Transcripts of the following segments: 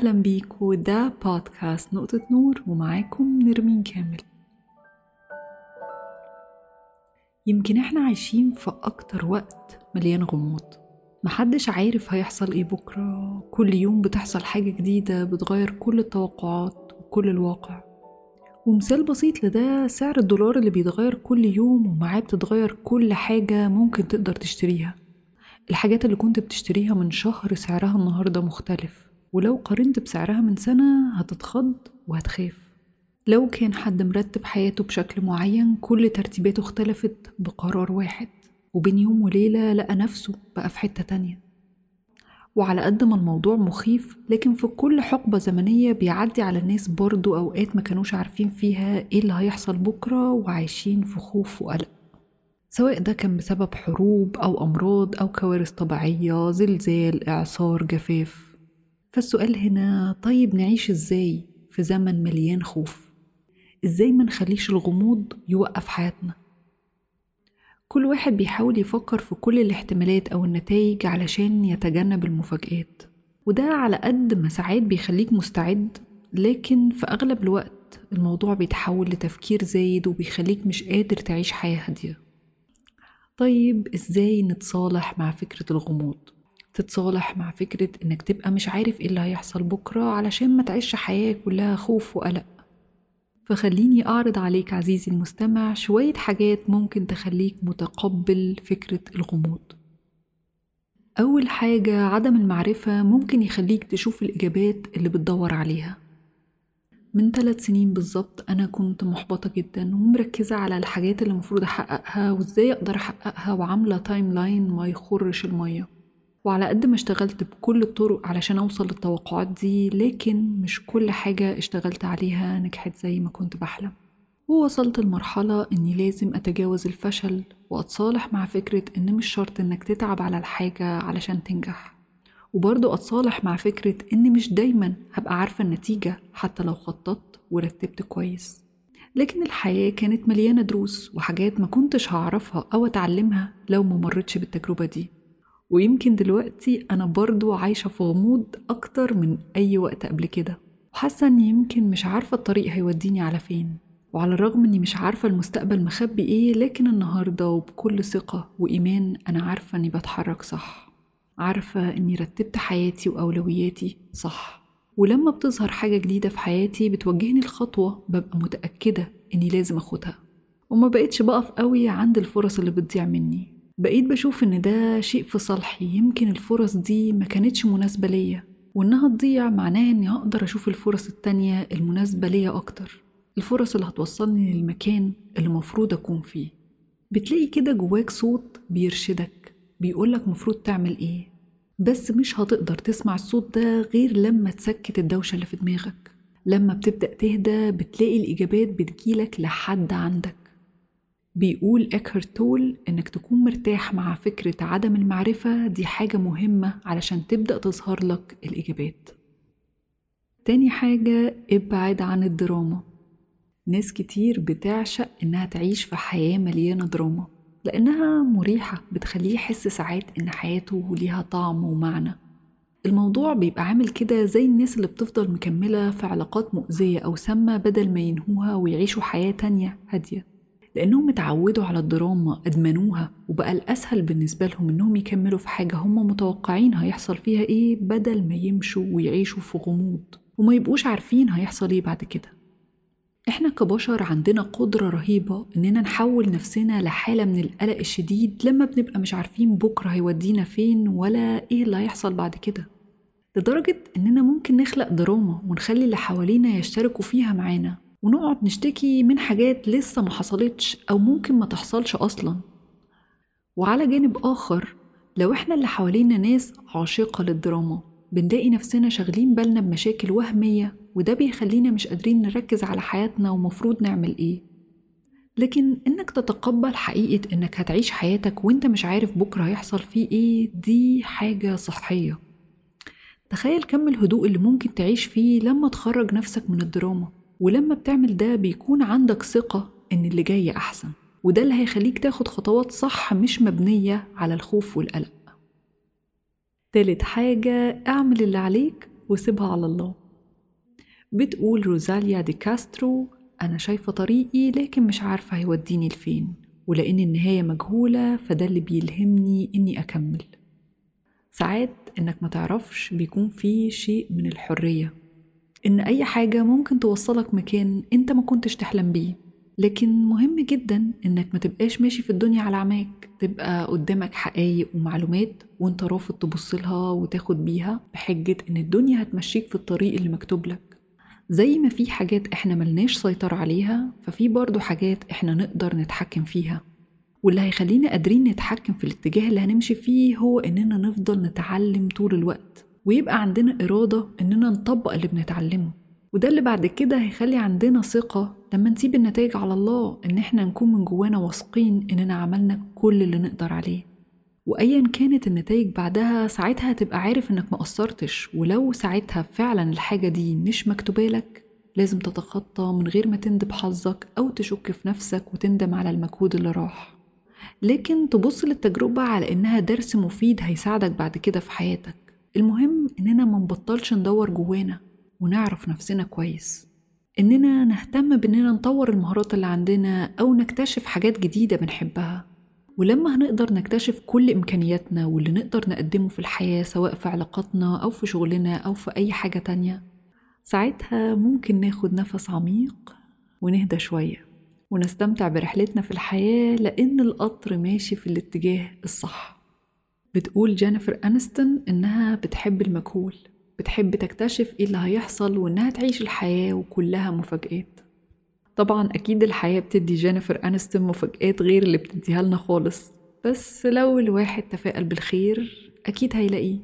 أهلا بيكم، ده بودكاست نقطة نور ومعاكم نرمين كامل. يمكن احنا عايشين في أكتر وقت مليان غموض، محدش عارف هيحصل ايه بكرة. كل يوم بتحصل حاجة جديدة بتغير كل التوقعات وكل الواقع. ومثال بسيط لده سعر الدولار اللي بيتغير كل يوم، ومعاه بتتغير كل حاجة ممكن تقدر تشتريها. الحاجات اللي كنت بتشتريها من شهر سعرها النهاردة مختلف، ولو قارنت بسعرها من سنة هتتخض وهتخاف. لو كان حد مرتب حياته بشكل معين، كل ترتيباته اختلفت بقرار واحد، وبين يوم وليلة لقى نفسه بقى في حتة تانية. وعلى قد ما الموضوع مخيف، لكن في كل حقبة زمنية بيعدي على الناس برضو أوقات ما كانوش عارفين فيها ايه اللي هيحصل بكرة، وعايشين في خوف وقلق، سواء ده كان بسبب حروب أو أمراض أو كوارث طبيعية، زلزال، إعصار، جفاف. فالسؤال هنا، طيب نعيش إزاي في زمن مليان خوف؟ إزاي ما نخليش الغموض يوقف حياتنا؟ كل واحد بيحاول يفكر في كل الاحتمالات أو النتائج علشان يتجنب المفاجآت، وده على قد ما ساعات بيخليك مستعد، لكن في أغلب الوقت الموضوع بيتحول لتفكير زايد وبيخليك مش قادر تعيش حياة هادية. طيب إزاي نتصالح مع فكرة الغموض؟ تتصالح مع فكرة إنك تبقى مش عارف إيه اللي هيحصل بكرة علشان ما تعيش حياة كلها خوف وقلق. فخليني أعرض عليك عزيزي المستمع شوية حاجات ممكن تخليك متقبل فكرة الغموض. أول حاجة، عدم المعرفة ممكن يخليك تشوف الإجابات اللي بتدور عليها. من 3 سنين بالظبط أنا كنت محبطة جدا ومركزة على الحاجات اللي المفروض أحققها وإزاي أقدر أحققها، وعاملة تايم لاين ما يخرش المية. وعلى قد ما اشتغلت بكل الطرق علشان أوصل للتوقعات دي، لكن مش كل حاجة اشتغلت عليها نجحت زي ما كنت بحلم. ووصلت لمرحلة إني لازم أتجاوز الفشل وأتصالح مع فكرة إن مش شرط إنك تتعب على الحاجة علشان تنجح، وبرضو أتصالح مع فكرة إن مش دايما هبقى عارفة النتيجة حتى لو خططت ورتبت كويس. لكن الحياة كانت مليانة دروس وحاجات ما كنتش هعرفها أو أتعلمها لو ما مرتش بالتجربة دي. ويمكن دلوقتي أنا برضو عايشة في غموض أكتر من أي وقت قبل كده، وحاسة إني يمكن مش عارفة الطريق هيوديني على فين. وعلى الرغم إني مش عارفة المستقبل مخبي إيه، لكن النهاردة وبكل ثقة وإيمان أنا عارفة إني بتحرك صح، عارفة إني رتبت حياتي وأولوياتي صح. ولما بتظهر حاجة جديدة في حياتي بتوجهني الخطوة، ببقى متأكدة إني لازم أخدها، وما بقيتش بقف قوي عند الفرص اللي بتضيع مني. بقيت بشوف إن ده شيء في صالحي، يمكن الفرص دي ما كانتش مناسبة ليا، وإنها تضيع معناه إني أقدر أشوف الفرص التانية المناسبة ليا أكتر، الفرص اللي هتوصلني للمكان اللي مفروض أكون فيه. بتلاقي كده جواك صوت بيرشدك، بيقولك مفروض تعمل إيه، بس مش هتقدر تسمع الصوت ده غير لما تسكت الدوشة اللي في دماغك. لما بتبدأ تهدى بتلاقي الإجابات بتجيلك لحد عندك. بيقول إكهارت تول إنك تكون مرتاح مع فكرة عدم المعرفة دي حاجة مهمة علشان تبدأ تظهر لك الإجابات. تاني حاجة، ابعد عن الدراما. ناس كتير بتعشق إنها تعيش في حياة مليانة دراما لأنها مريحة، بتخليه يحس ساعات إن حياته ليها طعم ومعنى. الموضوع بيبقى عامل كده زي الناس اللي بتفضل مكملة في علاقات مؤذية أو سامة بدل ما ينهوها ويعيشوا حياة تانية هادية، لأنهم اتعودوا على الدراما، أدمنوها، وبقى الأسهل بالنسبة لهم إنهم يكملوا في حاجة هم متوقعين هيحصل فيها إيه، بدل ما يمشوا ويعيشوا في غموض وما يبقوش عارفين هيحصل إيه بعد كده. إحنا كبشر عندنا قدرة رهيبة إننا نحول نفسنا لحالة من القلق الشديد لما بنبقى مش عارفين بكرة هيودينا فين ولا إيه اللي هيحصل بعد كده، لدرجة إننا ممكن نخلق دراما ونخلي اللي حوالينا يشتركوا فيها معانا، ونقعد نشتكي من حاجات لسه ما حصلتش أو ممكن ما تحصلش أصلا. وعلى جانب آخر، لو إحنا اللي حوالينا ناس عاشقة للدراما، بنلاقي نفسنا شغلين بالنا بمشاكل وهمية، وده بيخلينا مش قادرين نركز على حياتنا ومفروض نعمل إيه. لكن إنك تتقبل حقيقة إنك هتعيش حياتك وإنت مش عارف بكرة هيحصل فيه إيه، دي حاجة صحية. تخيل كم الهدوء اللي ممكن تعيش فيه لما تخرج نفسك من الدراما، ولما بتعمل ده بيكون عندك ثقة إن اللي جاي أحسن، وده اللي هيخليك تاخد خطوات صح مش مبنية على الخوف والقلق. تالت حاجة، اعمل اللي عليك وسيبها على الله. بتقول روزاليا دي كاسترو: أنا شايفة طريقي لكن مش عارفة هيوديني لفين، ولأن النهاية مجهولة فده اللي بيلهمني إني أكمل. ساعات إنك ما تعرفش بيكون فيه شيء من الحرية، إن أي حاجة ممكن توصلك مكان أنت ما كنتش تحلم بيه، لكن مهم جدا إنك ما تبقاش ماشي في الدنيا على عماك، تبقى قدامك حقايق ومعلومات وانت رافض تبصلها وتاخد بيها بحجة إن الدنيا هتمشيك في الطريق اللي مكتوب لك. زي ما في حاجات إحنا ملناش سيطرة عليها، ففي برضو حاجات إحنا نقدر نتحكم فيها، واللي هيخلينا قادرين نتحكم في الاتجاه اللي هنمشي فيه هو إننا نفضل نتعلم طول الوقت، ويبقى عندنا إرادة إننا نطبق اللي بنتعلمه. وده اللي بعد كده هيخلي عندنا ثقة لما نسيب النتائج على الله، إن إحنا نكون من جوانا واثقين إننا عملنا كل اللي نقدر عليه، وأيا كانت النتائج بعدها ساعتها هتبقى عارف إنك مقصرتش. ولو ساعتها فعلا الحاجة دي مش مكتوبة لك، لازم تتخطى من غير ما تندب حظك أو تشك في نفسك وتندم على المجهود اللي راح، لكن تبص للتجربة على إنها درس مفيد هيساعدك بعد كده في حياتك. المهم إننا ما نبطلش ندور جوانا ونعرف نفسنا كويس، إننا نهتم بإننا نطور المهارات اللي عندنا أو نكتشف حاجات جديدة بنحبها. ولما هنقدر نكتشف كل إمكانياتنا واللي نقدر نقدمه في الحياة، سواء في علاقاتنا أو في شغلنا أو في أي حاجة تانية، ساعتها ممكن ناخد نفس عميق ونهدى شوية ونستمتع برحلتنا في الحياة، لأن القطر ماشي في الاتجاه الصح. بتقول جينيفر أنستون إنها بتحب المجهول، بتحب تكتشف إيه اللي هيحصل، وإنها تعيش الحياة وكلها مفاجآت. طبعا أكيد الحياة بتدي جينيفر أنستون مفاجآت غير اللي بتديها لنا خالص، بس لو الواحد تفائل بالخير أكيد هيلاقيه.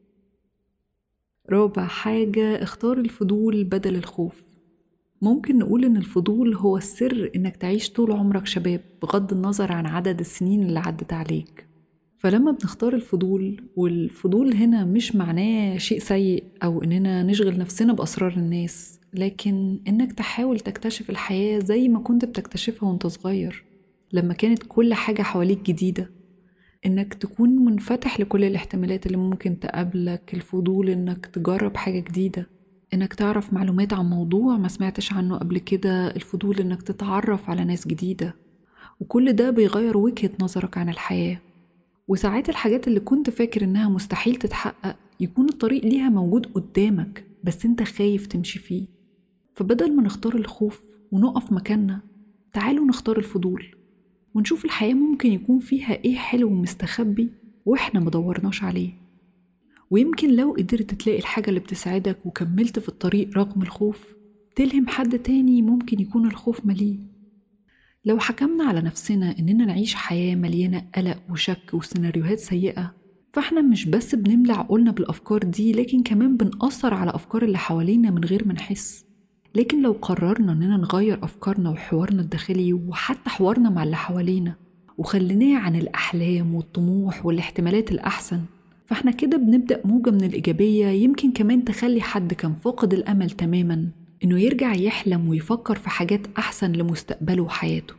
رابع حاجة، اختار الفضول بدل الخوف. ممكن نقول إن الفضول هو السر إنك تعيش طول عمرك شباب بغض النظر عن عدد السنين اللي عدت عليك. فلما بنختار الفضول، والفضول هنا مش معناه شيء سيء أو إننا نشغل نفسنا بأسرار الناس، لكن إنك تحاول تكتشف الحياة زي ما كنت بتكتشفها وانت صغير لما كانت كل حاجة حواليك جديدة، إنك تكون منفتح لكل الاحتمالات اللي ممكن تقابلك. الفضول إنك تجرب حاجة جديدة، إنك تعرف معلومات عن موضوع ما سمعتش عنه قبل كده، الفضول إنك تتعرف على ناس جديدة، وكل ده بيغير وجهة نظرك عن الحياة. وساعات الحاجات اللي كنت فاكر إنها مستحيل تتحقق يكون الطريق ليها موجود قدامك بس أنت خايف تمشي فيه. فبدل ما نختار الخوف ونقف مكاننا، تعالوا نختار الفضول ونشوف الحياة ممكن يكون فيها إيه حلو ومستخبي وإحنا مدورناش عليه. ويمكن لو قدرت تلاقي الحاجة اللي بتسعدك وكملت في الطريق رغم الخوف، تلهم حد تاني ممكن يكون الخوف مليه. لو حكمنا على نفسنا إننا نعيش حياة مليانة قلق وشك وسيناريوهات سيئة، فإحنا مش بس بنملى عقولنا بالأفكار دي، لكن كمان بنأثر على أفكار اللي حوالينا من غير ما نحس. لكن لو قررنا إننا نغير أفكارنا وحوارنا الداخلي وحتى حوارنا مع اللي حوالينا، وخليناه عن الأحلام والطموح والاحتمالات الأحسن، فإحنا كده بنبدأ موجة من الإيجابية، يمكن كمان تخلي حد كان فاقد الأمل تماماً إنه يرجع يحلم ويفكر في حاجات أحسن لمستقبله وحياته.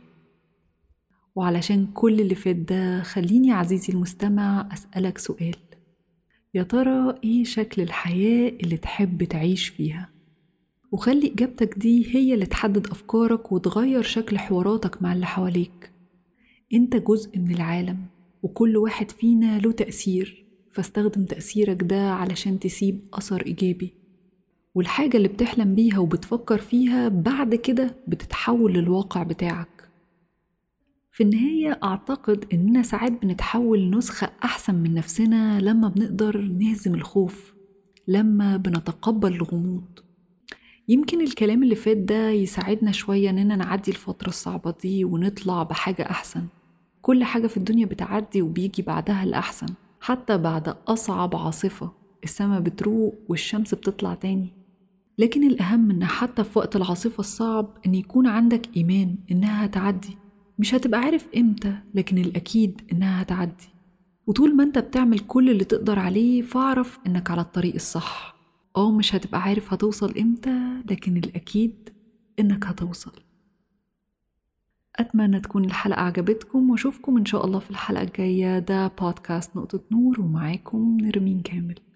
وعلشان كل اللي فات ده، خليني عزيزي المستمع أسألك سؤال: يا ترى إيه شكل الحياة اللي تحب تعيش فيها؟ وخلي إجابتك دي هي اللي تحدد أفكارك وتغير شكل حواراتك مع اللي حواليك. أنت جزء من العالم، وكل واحد فينا له تأثير، فاستخدم تأثيرك ده علشان تسيب أثر إيجابي. والحاجة اللي بتحلم بيها وبتفكر فيها بعد كده بتتحول للواقع بتاعك. في النهاية أعتقد إننا ساعات بنتحول نسخة أحسن من نفسنا لما بنقدر نهزم الخوف، لما بنتقبل الغموض. يمكن الكلام اللي فات ده يساعدنا شوية إننا نعدي الفترة الصعبة دي ونطلع بحاجة أحسن. كل حاجة في الدنيا بتعدي وبيجي بعدها الأحسن، حتى بعد أصعب عاصفة السما بتروق والشمس بتطلع تاني. لكن الأهم إن حتى في وقت العاصفة الصعب إن يكون عندك إيمان إنها هتعدي. مش هتبقى عارف إمتى، لكن الأكيد إنها هتعدي. وطول ما أنت بتعمل كل اللي تقدر عليه، فاعرف إنك على الطريق الصح. مش هتبقى عارف هتوصل إمتى، لكن الأكيد إنك هتوصل. أتمنى تكون الحلقة عجبتكم، وأشوفكم إن شاء الله في الحلقة الجاية. ده بودكاست نقطة نور، ومعاكم نرمين كامل.